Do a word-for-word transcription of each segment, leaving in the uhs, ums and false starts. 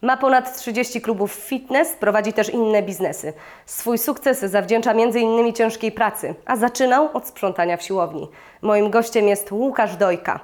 Ma ponad trzydzieści klubów fitness, prowadzi też inne biznesy. Swój sukces zawdzięcza między innymi ciężkiej pracy, a zaczynał od sprzątania w siłowni. Moim gościem jest Łukasz Dojka.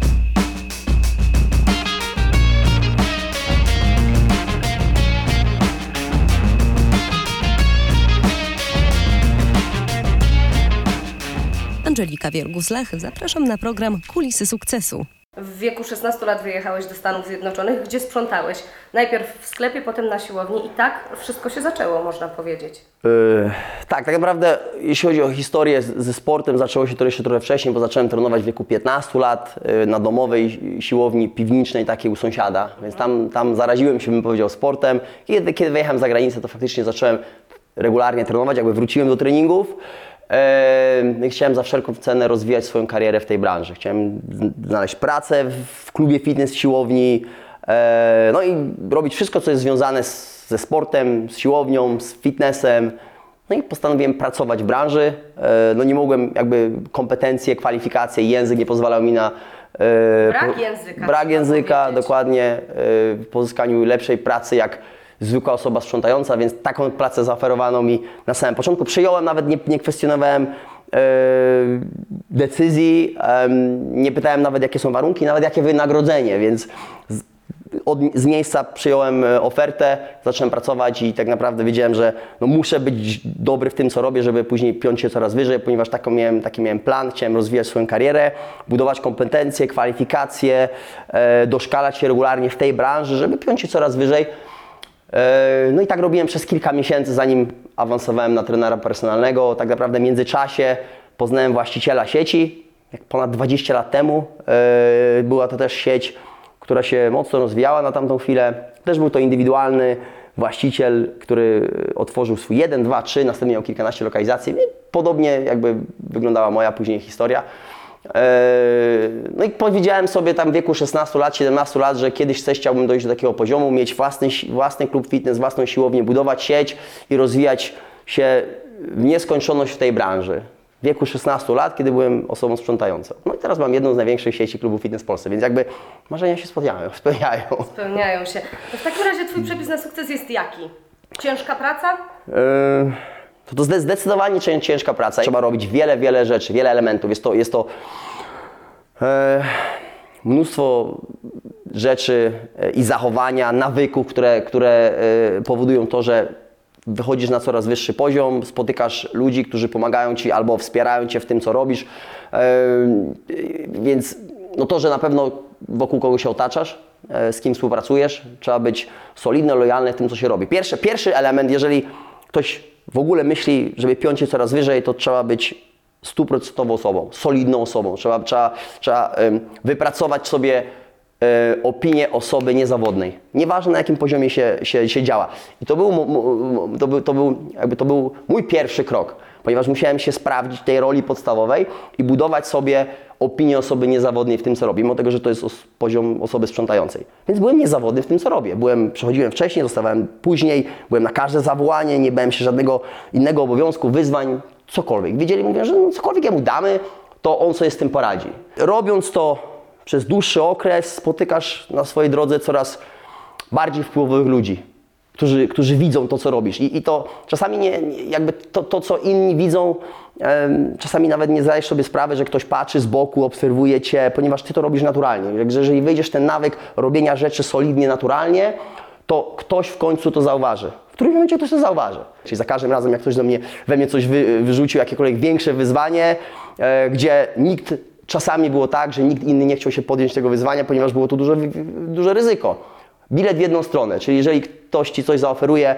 Angelika Wiergus-Lach, zapraszam na program Kulisy Sukcesu. W wieku szesnastu lat wyjechałeś do Stanów Zjednoczonych, gdzie sprzątałeś. Najpierw w sklepie, potem na siłowni i tak wszystko się zaczęło, można powiedzieć. Yy, tak, tak naprawdę jeśli chodzi o historię z, ze sportem, zaczęło się to jeszcze trochę wcześniej, bo zacząłem trenować w wieku piętnastu lat yy, na domowej siłowni piwniczej takiej u sąsiada, więc tam, tam zaraziłem się, bym powiedział, sportem. Kiedy, kiedy wyjechałem za granicę, to faktycznie zacząłem regularnie trenować, jakby wróciłem do treningów. Yy, chciałem za wszelką cenę rozwijać swoją karierę w tej branży. Chciałem znaleźć pracę w klubie fitness, w siłowni, yy, no i robić wszystko, co jest związane z, ze sportem, z siłownią, z fitnessem. No i postanowiłem pracować w branży. Yy, no nie mogłem, jakby kompetencje, kwalifikacje i język nie pozwalał mi na yy, Brak języka. Brak języka, dokładnie, yy, w pozyskaniu lepszej pracy jak zwykła osoba sprzątająca, więc taką pracę zaoferowano mi na samym początku. Przyjąłem, nawet nie, nie kwestionowałem e, decyzji, e, nie pytałem nawet, jakie są warunki, nawet jakie wynagrodzenie, więc z, od, z miejsca przyjąłem ofertę, zacząłem pracować i tak naprawdę wiedziałem, że no, muszę być dobry w tym, co robię, żeby później piąć się coraz wyżej, ponieważ taką miałem, taki miałem plan, chciałem rozwijać swoją karierę, budować kompetencje, kwalifikacje, e, doszkalać się regularnie w tej branży, żeby piąć się coraz wyżej. No i tak robiłem przez kilka miesięcy, zanim awansowałem na trenera personalnego. Tak naprawdę w międzyczasie poznałem właściciela sieci, jak ponad dwadzieścia lat temu. Była to też sieć, która się mocno rozwijała na tamtą chwilę. Też był to indywidualny właściciel, który otworzył swój jeden, dwa, trzy, następnie miał kilkanaście lokalizacji. Podobnie jakby wyglądała moja później historia. No i powiedziałem sobie tam w wieku szesnastu lat, siedemnastu lat, że kiedyś też chciałbym dojść do takiego poziomu, mieć własny, własny klub fitness, własną siłownię, budować sieć i rozwijać się w nieskończoność w tej branży. W wieku szesnastu lat, kiedy byłem osobą sprzątającą. No i teraz mam jedną z największych sieci klubów fitness w Polsce, więc jakby marzenia się spełniają. Spełniają, spełniają się. To w takim razie Twój przepis na sukces jest jaki? Ciężka praca? Yy... To, to zdecydowanie ciężka praca. Trzeba robić wiele, wiele rzeczy, wiele elementów. Jest to, jest to e, mnóstwo rzeczy e, i zachowania, nawyków, które, które e, powodują to, że wychodzisz na coraz wyższy poziom, spotykasz ludzi, którzy pomagają Ci albo wspierają Cię w tym, co robisz. E, więc no to, że na pewno wokół kogo się otaczasz, e, z kim współpracujesz, trzeba być solidny, lojalny w tym, co się robi. Pierwszy, pierwszy element, jeżeli ktoś w ogóle myśli, żeby piąć się coraz wyżej, to trzeba być stuprocentową osobą, solidną osobą. Trzeba, trzeba, trzeba um, wypracować sobie um, opinię osoby niezawodnej. Nieważne, na jakim poziomie się, się, się działa. I to był, to, był, to, był, jakby to był mój pierwszy krok, ponieważ musiałem się sprawdzić w tej roli podstawowej i budować sobie opinię osoby niezawodnej w tym, co robię, mimo tego, że to jest os poziom osoby sprzątającej. Więc byłem niezawodny w tym, co robię. Byłem, przechodziłem wcześniej, zostawałem później, byłem na każde zawołanie, nie bałem się żadnego innego obowiązku, wyzwań, cokolwiek. Wiedzieli, mówię, że no, cokolwiek jemu damy, to on sobie z tym poradzi. Robiąc to przez dłuższy okres, spotykasz na swojej drodze coraz bardziej wpływowych ludzi, którzy, którzy widzą to, co robisz. I, i to czasami nie, jakby to, to, co inni widzą, um, czasami nawet nie zdajesz sobie sprawy, że ktoś patrzy z boku, obserwuje Cię, ponieważ Ty to robisz naturalnie. Także jeżeli wyjdziesz ten nawyk robienia rzeczy solidnie, naturalnie, to ktoś w końcu to zauważy. W którymś momencie ktoś to zauważy. Czyli za każdym razem, jak ktoś do mnie, we mnie coś wy, wyrzucił, jakiekolwiek większe wyzwanie, e, gdzie nikt, czasami było tak, że nikt inny nie chciał się podjąć tego wyzwania, ponieważ było to duże, duże ryzyko. Bilet w jedną stronę, czyli jeżeli ktoś Ci coś zaoferuje,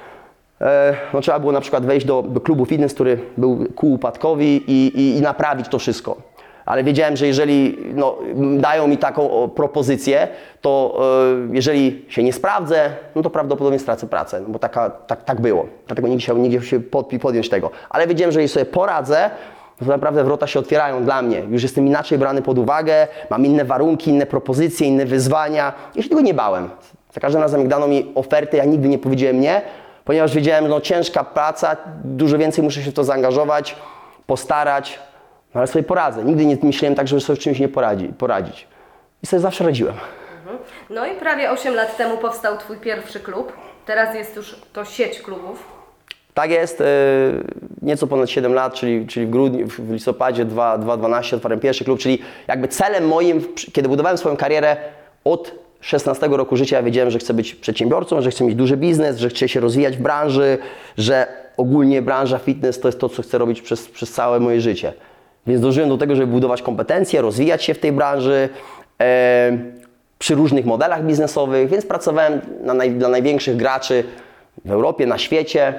e, no trzeba było na przykład wejść do, do klubu fitness, który był ku upadkowi i, i, i naprawić to wszystko. Ale wiedziałem, że jeżeli no, dają mi taką o, propozycję, to e, jeżeli się nie sprawdzę, no to prawdopodobnie stracę pracę, no bo taka, tak, tak było. Dlatego nie chciałem nigdzie się pod, podjąć tego. Ale wiedziałem, że jeżeli sobie poradzę, to naprawdę wrota się otwierają dla mnie. Już jestem inaczej brany pod uwagę, mam inne warunki, inne propozycje, inne wyzwania. Ja się tego nie bałem. Za każdym razem, jak dano mi ofertę, ja nigdy nie powiedziałem nie, ponieważ wiedziałem, że no, ciężka praca, dużo więcej muszę się w to zaangażować, postarać, no, ale sobie poradzę. Nigdy nie myślałem tak, żeby sobie w czymś nie poradzi, poradzić. I sobie zawsze radziłem. Mhm. No i prawie osiem lat temu powstał Twój pierwszy klub. Teraz jest już to sieć klubów. Tak jest, nieco ponad siedem lat, czyli, czyli w grudniu, w listopadzie dwa tysiące dwunastego otwarłem pierwszy klub, czyli jakby celem moim, kiedy budowałem swoją karierę od szesnastego roku życia, ja wiedziałem, że chcę być przedsiębiorcą, że chcę mieć duży biznes, że chcę się rozwijać w branży, że ogólnie branża fitness to jest to, co chcę robić przez, przez całe moje życie. Więc dążyłem do tego, żeby budować kompetencje, rozwijać się w tej branży, e, przy różnych modelach biznesowych, więc pracowałem na naj, dla największych graczy w Europie, na świecie.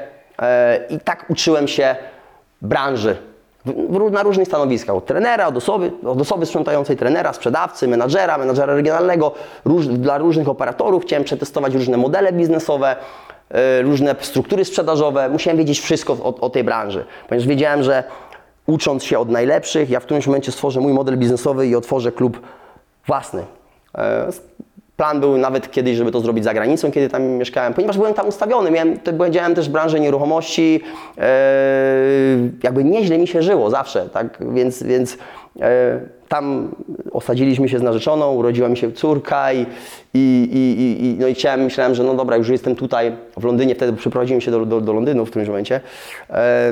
I tak uczyłem się branży w, na różnych stanowiskach, od trenera, od osoby, od osoby sprzątającej trenera, sprzedawcy, menadżera, menadżera regionalnego, róż, dla różnych operatorów. Chciałem przetestować różne modele biznesowe, y, różne struktury sprzedażowe. Musiałem wiedzieć wszystko o, o tej branży, ponieważ wiedziałem, że ucząc się od najlepszych, ja w którymś momencie stworzę mój model biznesowy i otworzę klub własny. Y, Plan był nawet kiedyś, żeby to zrobić za granicą, kiedy tam mieszkałem, ponieważ byłem tam ustawiony, miałem, działałem też w branży nieruchomości, e, jakby nieźle mi się żyło zawsze, tak, więc, więc e, tam osadziliśmy się z narzeczoną, urodziła mi się córka i, i, i, i, no i chciałem, myślałem, że no dobra, już jestem tutaj w Londynie, wtedy przeprowadziłem się do, do, do Londynu w którymś momencie. E,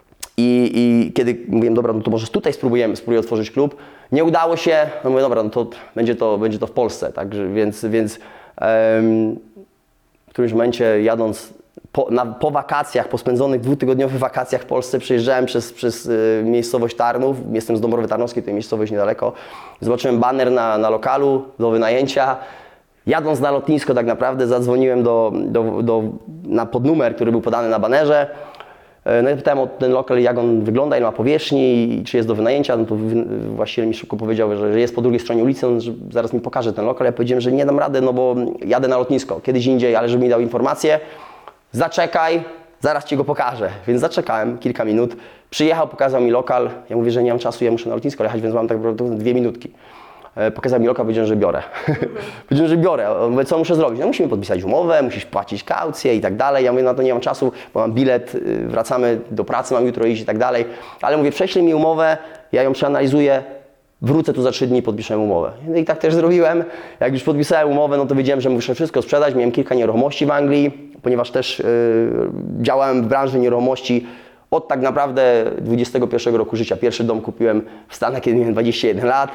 I, I kiedy mówiłem, dobra, no to może tutaj spróbujemy, spróbuję otworzyć klub. Nie udało się, no mówię, dobra, no to będzie to, będzie to w Polsce, tak, więc, więc um, w którymś momencie jadąc po, na, po wakacjach, po spędzonych dwutygodniowych wakacjach w Polsce, przejeżdżałem przez, przez y, miejscowość Tarnów, jestem z Dąbrowy Tarnowskiej, to jest miejscowość niedaleko, zobaczyłem baner na, na lokalu do wynajęcia. Jadąc na lotnisko tak naprawdę zadzwoniłem do, do, do, na podnumer, który był podany na banerze. No i pytałem o ten lokal, jak on wygląda, ile ma powierzchni i czy jest do wynajęcia. No to właściciel mi szybko powiedział, że, że jest po drugiej stronie ulicy, on, że zaraz mi pokaże ten lokal. Ja powiedziałem, że nie dam rady, no bo jadę na lotnisko, kiedyś indziej, ale żeby mi dał informację. Zaczekaj, zaraz Ci go pokażę. Więc zaczekałem kilka minut. Przyjechał, pokazał mi lokal. Ja mówię, że nie mam czasu, ja muszę na lotnisko jechać, więc mam tak naprawdę dwie minutki. Pokazał mi lokal, powiedziałem, że biorę. Powiedziałem, że biorę. On mówi, co muszę zrobić? No musimy podpisać umowę, musisz płacić kaucję i tak dalej. Ja mówię, na to nie mam czasu, bo mam bilet, wracamy do pracy, mam jutro iść i tak dalej. Ale mówię, prześlij mi umowę, ja ją przeanalizuję, wrócę tu za trzy dni, podpiszę umowę. No i tak też zrobiłem. Jak już podpisałem umowę, no to wiedziałem, że muszę wszystko sprzedać. Miałem kilka nieruchomości w Anglii, ponieważ też yy, działałem w branży nieruchomości od tak naprawdę dwudziestego pierwszego roku życia. Pierwszy dom kupiłem w Stanach, kiedy miałem dwadzieścia jeden lat.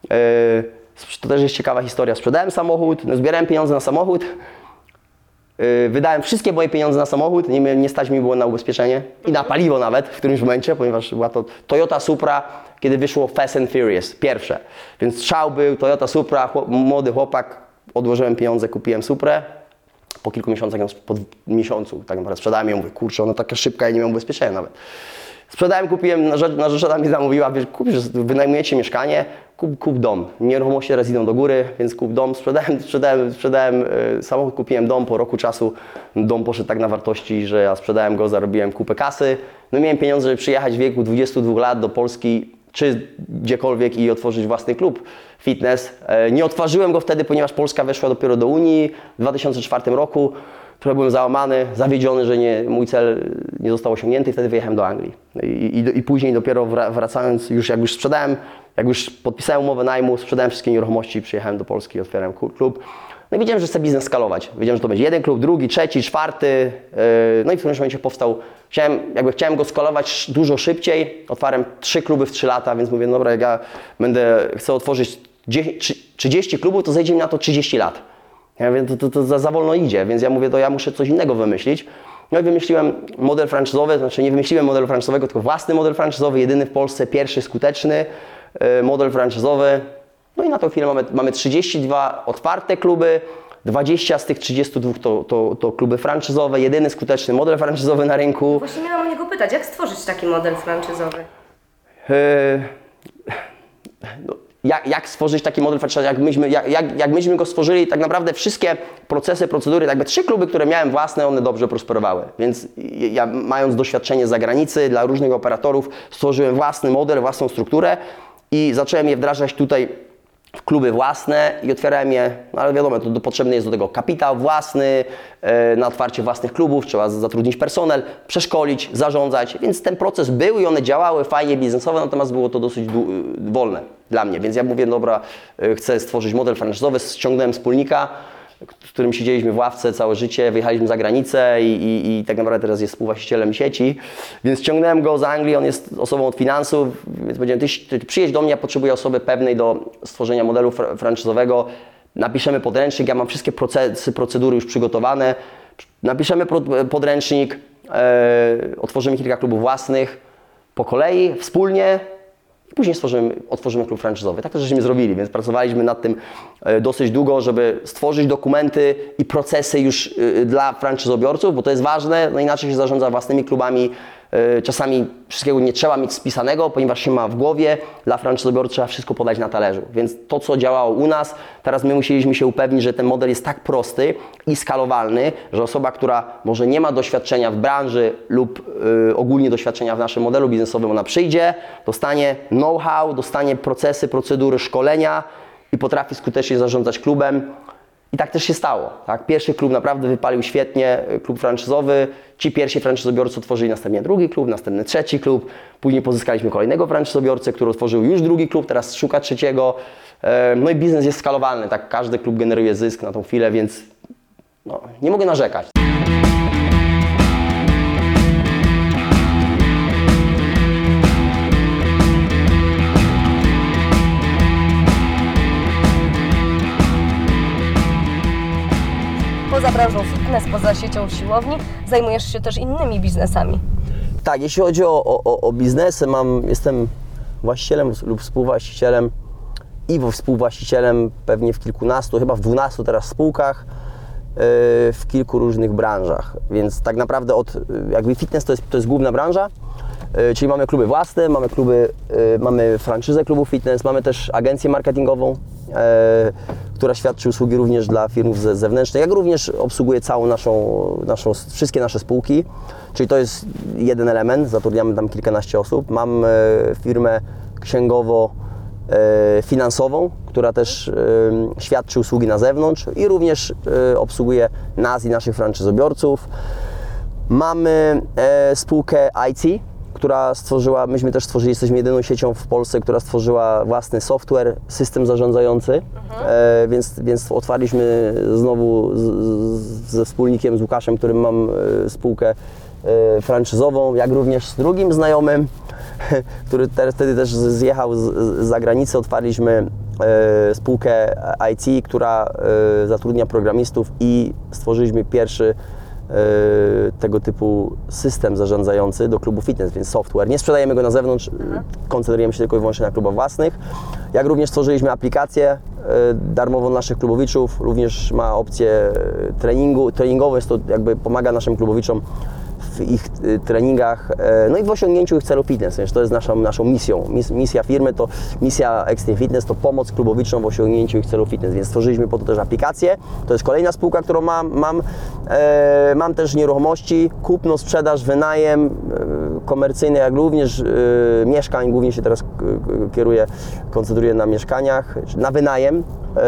To też jest ciekawa historia. Sprzedałem samochód, no zbierałem pieniądze na samochód, wydałem wszystkie moje pieniądze na samochód, nie, nie stać mi było na ubezpieczenie i na paliwo nawet w którymś momencie, ponieważ była to Toyota Supra, kiedy wyszło Fast and Furious, pierwsze. Więc strzał był, Toyota Supra, chłop, młody chłopak, odłożyłem pieniądze, kupiłem Suprę. Po kilku miesiącach, po miesiącu tak naprawdę sprzedałem ją, mówię, kurczę, ona taka szybka, ja nie miałem ubezpieczenia nawet. Sprzedałem, kupiłem, narzeczona mi zamówiła, wiesz, kup, wynajmujecie mieszkanie, kup, kup dom. Nieruchomości teraz idą do góry, więc kup dom. Sprzedałem, sprzedałem, sprzedałem y, samochód, kupiłem dom, po roku czasu dom poszedł tak na wartości, że ja sprzedałem go, zarobiłem kupę kasy. No i miałem pieniądze, żeby przyjechać w wieku dwudziestu dwóch lat do Polski, czy gdziekolwiek i otworzyć własny klub fitness. Y, nie otworzyłem go wtedy, ponieważ Polska weszła dopiero do Unii w dwa tysiące czwartym roku. Trochę byłem załamany, zawiedziony, że nie, mój cel nie został osiągnięty i wtedy wyjechałem do Anglii. I, i, i później dopiero wracając, już jak już sprzedałem, jak już podpisałem umowę najmu, sprzedałem wszystkie nieruchomości, przyjechałem do Polski i otwierałem klub. No i wiedziałem, że chcę biznes skalować. Wiedziałem, że to będzie jeden klub, drugi, trzeci, czwarty. Yy, no i w którymś momencie powstał, chciałem, jakby chciałem go skalować dużo szybciej. Otwarłem trzy kluby w trzy lata, więc mówię, dobra, jak ja będę, chcę otworzyć trzydzieści klubów, to zejdzie mi na to trzydzieści lat. Ja mówię, to, to, to za, za wolno idzie, więc ja mówię, to ja muszę coś innego wymyślić. No i wymyśliłem model franczyzowy, znaczy nie wymyśliłem modelu franczyzowego, tylko własny model franczyzowy, jedyny w Polsce, pierwszy skuteczny yy, model franczyzowy. No i na tą chwilę mamy, mamy trzydzieści dwa otwarte kluby, dwadzieścia z tych trzydziestu dwóch to, to, to kluby franczyzowe, jedyny skuteczny model franczyzowy na rynku. Właśnie miałam o niego pytać, jak stworzyć taki model franczyzowy? Yy, no. Jak, jak stworzyć taki model franczyzowy, jak myśmy, jak, jak, jak myśmy go stworzyli, tak naprawdę wszystkie procesy, procedury, jakby trzy kluby, które miałem własne, one dobrze prosperowały. Więc ja, mając doświadczenie z zagranicy, dla różnych operatorów, stworzyłem własny model, własną strukturę i zacząłem je wdrażać tutaj kluby własne i otwierałem je, no ale wiadomo, to, to potrzebny jest do tego kapitał własny, e, na otwarcie własnych klubów, trzeba zatrudnić personel, przeszkolić, zarządzać, więc ten proces był i one działały fajnie biznesowo, natomiast było to dosyć du- wolne dla mnie, więc ja mówię, dobra, e, chcę stworzyć model franczyzowy, ściągnąłem wspólnika, z którym siedzieliśmy w ławce całe życie, wyjechaliśmy za granicę i, i, i tak naprawdę teraz jest współwłaścicielem sieci, więc ściągnąłem go z Anglii, on jest osobą od finansów, więc powiedziałem, ty, ty przyjedź do mnie, ja potrzebuję osoby pewnej do stworzenia modelu fr- franczyzowego, napiszemy podręcznik, ja mam wszystkie procesy, procedury już przygotowane, napiszemy pro, podręcznik, e, otworzymy kilka klubów własnych po kolei, wspólnie, i później stworzymy, otworzymy klub franczyzowy. Tak też żeśmy zrobili, więc pracowaliśmy nad tym dosyć długo, żeby stworzyć dokumenty i procesy już dla franczyzobiorców, bo to jest ważne, no inaczej się zarządza własnymi klubami. Czasami wszystkiego nie trzeba mieć spisanego, ponieważ się ma w głowie, dla franczyzobiorcy trzeba wszystko podać na talerzu. Więc to, co działało u nas, teraz my musieliśmy się upewnić, że ten model jest tak prosty i skalowalny, że osoba, która może nie ma doświadczenia w branży lub y, ogólnie doświadczenia w naszym modelu biznesowym, ona przyjdzie, dostanie know-how, dostanie procesy, procedury, szkolenia i potrafi skutecznie zarządzać klubem. I tak też się stało. Tak? Pierwszy klub naprawdę wypalił świetnie, klub franczyzowy. Ci pierwsi franczyzobiorcy otworzyli następnie drugi klub, następny trzeci klub. Później pozyskaliśmy kolejnego franczyzobiorcę, który otworzył już drugi klub, teraz szuka trzeciego. No i biznes jest skalowalny, tak? Każdy klub generuje zysk na tą chwilę, więc no, nie mogę narzekać. Poza branżą fitness, poza siecią siłowni, zajmujesz się też innymi biznesami. Tak, jeśli chodzi o, o, o biznesy, mam, jestem właścicielem lub współwłaścicielem i współwłaścicielem pewnie w kilkunastu, chyba w dwunastu teraz spółkach, yy, w kilku różnych branżach. Więc tak naprawdę od, jakby fitness to jest, to jest główna branża, yy, czyli mamy kluby własne, mamy kluby, yy, mamy franczyzę klubów fitness, mamy też agencję marketingową, yy, która świadczy usługi również dla firm zewnętrznych, jak również obsługuje całą naszą, naszą, wszystkie nasze spółki, czyli to jest jeden element, zatrudniamy tam kilkanaście osób. Mam e, firmę księgowo-finansową, która też e, świadczy usługi na zewnątrz i również e, obsługuje nas i naszych franczyzobiorców. Mamy e, spółkę I T, która stworzyła, myśmy też stworzyli, jesteśmy jedyną siecią w Polsce, która stworzyła własny software, system zarządzający, mhm. e, więc, więc otwarliśmy znowu z, z, ze wspólnikiem, z Łukaszem, którym mam e, spółkę e, franczyzową, jak również z drugim znajomym, który teraz, wtedy też zjechał z, z zagranicy, otwarliśmy e, spółkę I T, która e, zatrudnia programistów i stworzyliśmy pierwszy tego typu system zarządzający do klubu fitness, więc software. Nie sprzedajemy go na zewnątrz, mhm. koncentrujemy się tylko i wyłącznie na klubach własnych. Jak również stworzyliśmy aplikację darmową naszych klubowiczów, również ma opcję treningu, treningową, jest to jakby pomaga naszym klubowiczom w ich treningach, no i w osiągnięciu ich celu fitness, więc to jest naszą, naszą misją. Mis, misja firmy to, misja Extreme Fitness to pomoc klubowiczom w osiągnięciu ich celu fitness, więc stworzyliśmy po to też aplikację. To jest kolejna spółka, którą mam. Mam, e, mam też nieruchomości, kupno, sprzedaż, wynajem e, komercyjny, jak również e, mieszkań, głównie się teraz kieruję, koncentruję na mieszkaniach, na wynajem.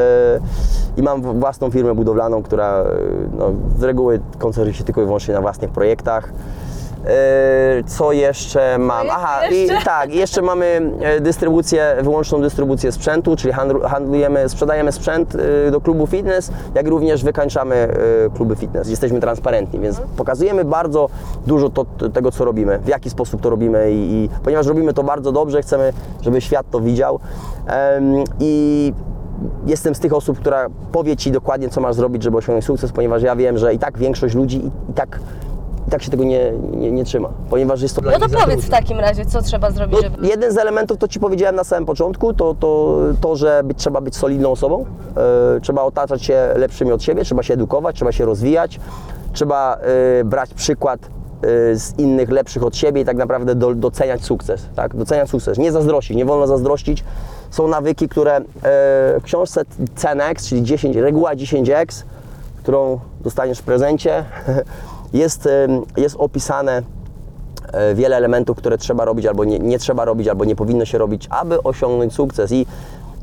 I mam własną firmę budowlaną, która no, z reguły koncentruje się tylko i wyłącznie na własnych projektach. Co jeszcze mam? Aha, i tak, jeszcze mamy dystrybucję, wyłączną dystrybucję sprzętu, czyli handlujemy, sprzedajemy sprzęt do klubu fitness, jak również wykańczamy kluby fitness. Jesteśmy transparentni, więc pokazujemy bardzo dużo to, tego, co robimy, w jaki sposób to robimy i, i ponieważ robimy to bardzo dobrze, chcemy, żeby świat to widział. I jestem z tych osób, która powie Ci dokładnie, co masz zrobić, żeby osiągnąć sukces, ponieważ ja wiem, że i tak większość ludzi i, i, tak, i tak się tego nie, nie, nie trzyma, ponieważ jest to dla No to nich powiedz za w takim razie, co trzeba zrobić, no, żeby... jeden z elementów, to Ci powiedziałem na samym początku, to to, to że być, trzeba być solidną osobą, e, trzeba otaczać się lepszymi od siebie, trzeba się edukować, trzeba się rozwijać, trzeba e, brać przykład z innych lepszych od siebie i tak naprawdę do, doceniać sukces, tak? Doceniać sukces, nie zazdrościć, nie wolno zazdrościć. Są nawyki, które e, w książce ten X, czyli dziesięć, reguła dziesięć X, którą dostaniesz w prezencie, jest, e, jest opisane e, wiele elementów, które trzeba robić albo nie, nie trzeba robić, albo nie powinno się robić, aby osiągnąć sukces. I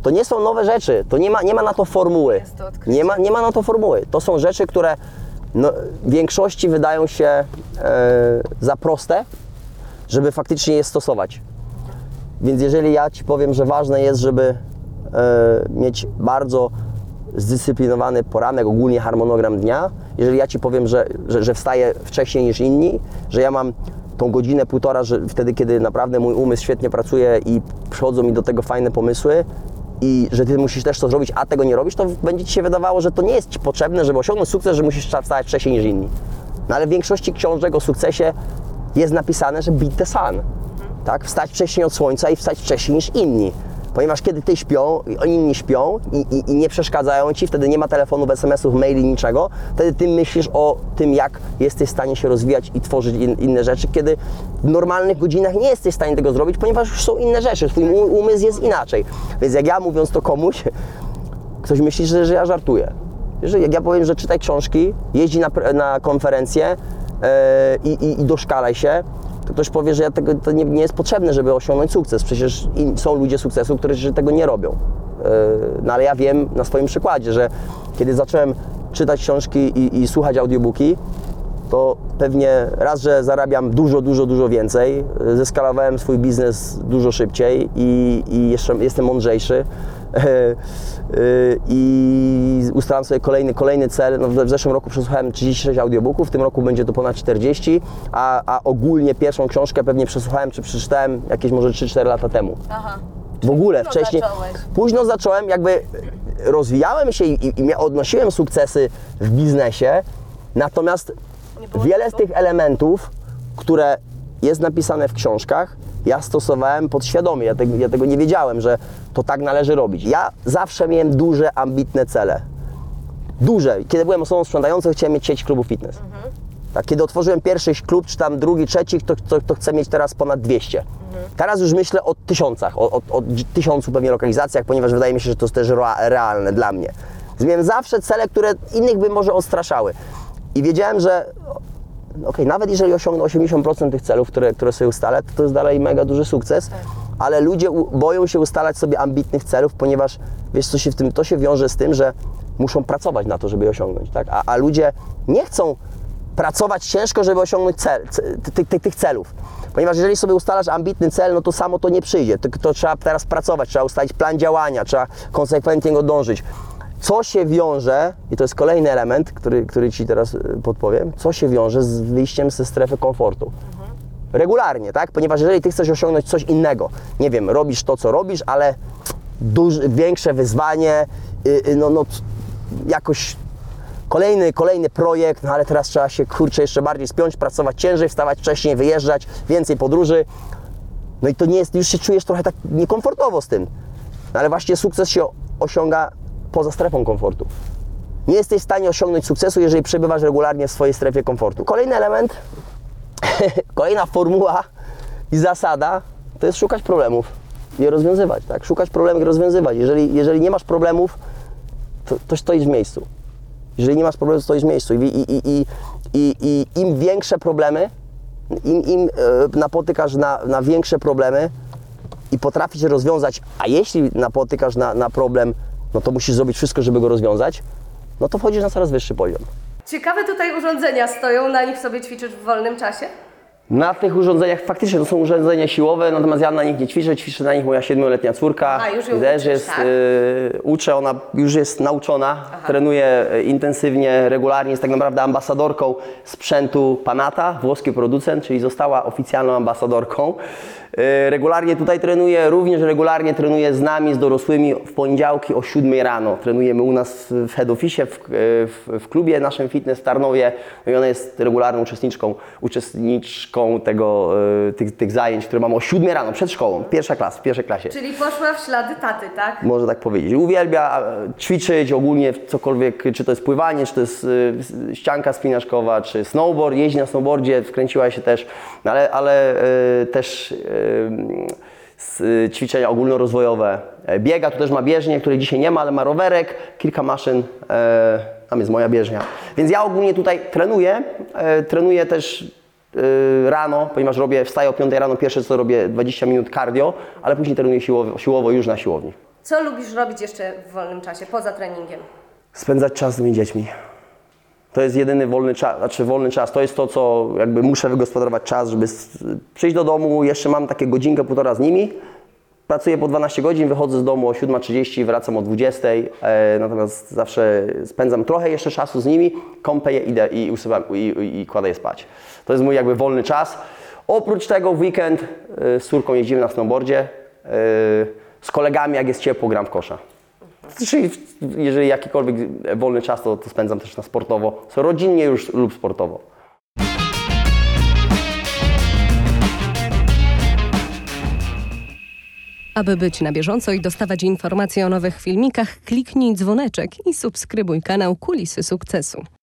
To nie są nowe rzeczy, to nie ma, nie ma na to formuły. Jest to odkrycie. Nie ma, nie ma na to formuły. To są rzeczy, które no, w większości wydają się e, za proste, żeby faktycznie je stosować. Więc jeżeli ja Ci powiem, że ważne jest, żeby e, mieć bardzo zdyscyplinowany poranek, ogólnie harmonogram dnia, jeżeli ja Ci powiem, że, że, że wstaję wcześniej niż inni, że ja mam tą godzinę, półtora, że wtedy, kiedy naprawdę mój umysł świetnie pracuje i przychodzą mi do tego fajne pomysły i że Ty musisz też to zrobić, a tego nie robisz, to będzie Ci się wydawało, że to nie jest Ci potrzebne, żeby osiągnąć sukces, że musisz wstać wcześniej niż inni. No ale w większości książek o sukcesie jest napisane, że beat the sun. Tak? Wstać wcześniej od słońca i wstać wcześniej niż inni. Ponieważ kiedy Ty śpią, inni śpią i, i, i nie przeszkadzają Ci, wtedy nie ma telefonów, es em esów, maili, niczego, wtedy Ty myślisz o tym, jak jesteś w stanie się rozwijać i tworzyć in, inne rzeczy, kiedy w normalnych godzinach nie jesteś w stanie tego zrobić, ponieważ już są inne rzeczy, Twój umysł jest inaczej. Więc jak ja mówiąc to komuś, ktoś myśli, że, że ja żartuję. Że jak ja powiem, że czytaj książki, jeździ na, na konferencje yy, i, i doszkalaj się, to ktoś powie, że ja tego, to nie, nie jest potrzebne, żeby osiągnąć sukces. Przecież in, są ludzie sukcesu, którzy tego nie robią. Yy, no ale ja wiem na swoim przykładzie, że kiedy zacząłem czytać książki i, i słuchać audiobooki, to pewnie raz, że zarabiam dużo, dużo, dużo więcej, zeskalowałem swój biznes dużo szybciej i, i jeszcze jestem mądrzejszy. I ustalam sobie kolejny, kolejny cel. No w zeszłym roku przesłuchałem trzydzieści sześć audiobooków, w tym roku będzie to ponad czterdzieści, a, a ogólnie pierwszą książkę pewnie przesłuchałem czy przeczytałem jakieś może trzy cztery lata temu. Aha. W ogóle późno wcześniej. zacząłeś. Późno zacząłem, jakby rozwijałem się i, i, i odnosiłem sukcesy w biznesie, natomiast wiele z tych elementów, które jest napisane w książkach, ja stosowałem podświadomie, ja tego, ja tego nie wiedziałem, że to tak należy robić. Ja zawsze miałem duże, ambitne cele. Duże. Kiedy byłem osobą sprzątającą, chciałem mieć sieć klubów fitness. Mhm. Tak, kiedy otworzyłem pierwszy klub, czy tam drugi, trzeci, to, to, to chcę mieć teraz ponad dwieście. Mhm. Teraz już myślę o tysiącach, o, o, o tysiącu pewnie lokalizacjach, ponieważ wydaje mi się, że to jest też realne dla mnie. Więc miałem zawsze cele, które innych by może odstraszały. I wiedziałem, że ok, nawet jeżeli osiągnę osiemdziesiąt procent tych celów, które, które sobie ustalę, to to jest dalej mega duży sukces, tak. Ale ludzie u, boją się ustalać sobie ambitnych celów, ponieważ wiesz, co się w tym, to się wiąże z tym, że muszą pracować na to, żeby je osiągnąć, tak? A, a ludzie nie chcą pracować ciężko, żeby osiągnąć cel, ty, ty, tych celów. Ponieważ jeżeli sobie ustalasz ambitny cel, no to samo to nie przyjdzie, to, to trzeba teraz pracować, trzeba ustalić plan działania, trzeba konsekwentnie go dążyć. Co się wiąże, i to jest kolejny element, który, który Ci teraz podpowiem, co się wiąże z wyjściem ze strefy komfortu. Mhm. Regularnie, tak? Ponieważ jeżeli Ty chcesz osiągnąć coś innego, nie wiem, robisz to, co robisz, ale duży, większe wyzwanie, yy, no, no jakoś kolejny, kolejny projekt, no ale teraz trzeba się, kurczę, jeszcze bardziej spiąć, pracować ciężej, wstawać wcześniej, wyjeżdżać, więcej podróży. No i to nie jest, już się czujesz trochę tak niekomfortowo z tym. No ale właśnie sukces się osiąga poza strefą komfortu. Nie jesteś w stanie osiągnąć sukcesu, jeżeli przebywasz regularnie w swojej strefie komfortu. Kolejny element, kolejna formuła i zasada to jest szukać problemów i je rozwiązywać. Tak? Szukać problemów i rozwiązywać. Jeżeli, jeżeli nie masz problemów, to, to stoisz w miejscu. Jeżeli nie masz problemów, to stoisz w miejscu. I, i, i, i, i, i im większe problemy, im, im e, napotykasz na, na większe problemy i potrafisz je rozwiązać, a jeśli napotykasz na, na problem, no to musisz zrobić wszystko, żeby go rozwiązać, no to wchodzisz na coraz wyższy poziom. Ciekawe tutaj urządzenia stoją, na nich sobie ćwiczysz w wolnym czasie? Na tych urządzeniach faktycznie to są urządzenia siłowe, natomiast ja na nich nie ćwiczę, ćwiczy na nich moja siedmioletnia córka. A, już ją też uczysz, jest, tak? y, uczę, ona już jest nauczona, Aha. trenuje intensywnie, regularnie, jest tak naprawdę ambasadorką sprzętu Panata, włoski producent, czyli została oficjalną ambasadorką. Y, regularnie tutaj trenuje, również regularnie trenuje z nami, z dorosłymi w poniedziałki o siódmej rano. Trenujemy u nas w head office, w, w, w klubie naszym fitness w Tarnowie, no i ona jest regularną uczestniczką, uczestniczką tego, tych, tych zajęć, które mamy o siódmej rano, przed szkołą, pierwsza klasa, w pierwszej klasie. Czyli poszła w ślady taty, tak? Można tak powiedzieć. Uwielbia ćwiczyć ogólnie cokolwiek, czy to jest pływanie, czy to jest ścianka spinaczkowa, czy snowboard, jeździ na snowboardzie, wkręciła się też, ale, ale też ćwiczenia ogólnorozwojowe. Biega, tu też ma bieżnię, której dzisiaj nie ma, ale ma rowerek, kilka maszyn. Tam jest moja bieżnia. Więc ja ogólnie tutaj trenuję, trenuję też rano, ponieważ robię, wstaję o piątej rano, pierwsze co robię dwadzieścia minut cardio, ale później trenuję siłowo, siłowo już na siłowni. Co lubisz robić jeszcze w wolnym czasie, poza treningiem? Spędzać czas z moimi dziećmi. To jest jedyny wolny czas, znaczy wolny czas, to jest to, co jakby muszę wygospodarować czas, żeby s- przyjść do domu, jeszcze mam takie godzinkę, półtora z nimi. Pracuję po dwanaście godzin, wychodzę z domu o siódma trzydzieści, wracam o dwudziestej, e, natomiast zawsze spędzam trochę jeszcze czasu z nimi, kąpę je, idę i usuwam i, i, i kładę je spać. To jest mój jakby wolny czas. Oprócz tego w weekend e, z córką jeździmy na snowboardzie, e, z kolegami jak jest ciepło gram w kosza. Czyli jeżeli jakikolwiek wolny czas, to, to spędzam też na sportowo, co rodzinnie już lub sportowo. Aby być na bieżąco i dostawać informacje o nowych filmikach, kliknij dzwoneczek i subskrybuj kanał Kulisy Sukcesu.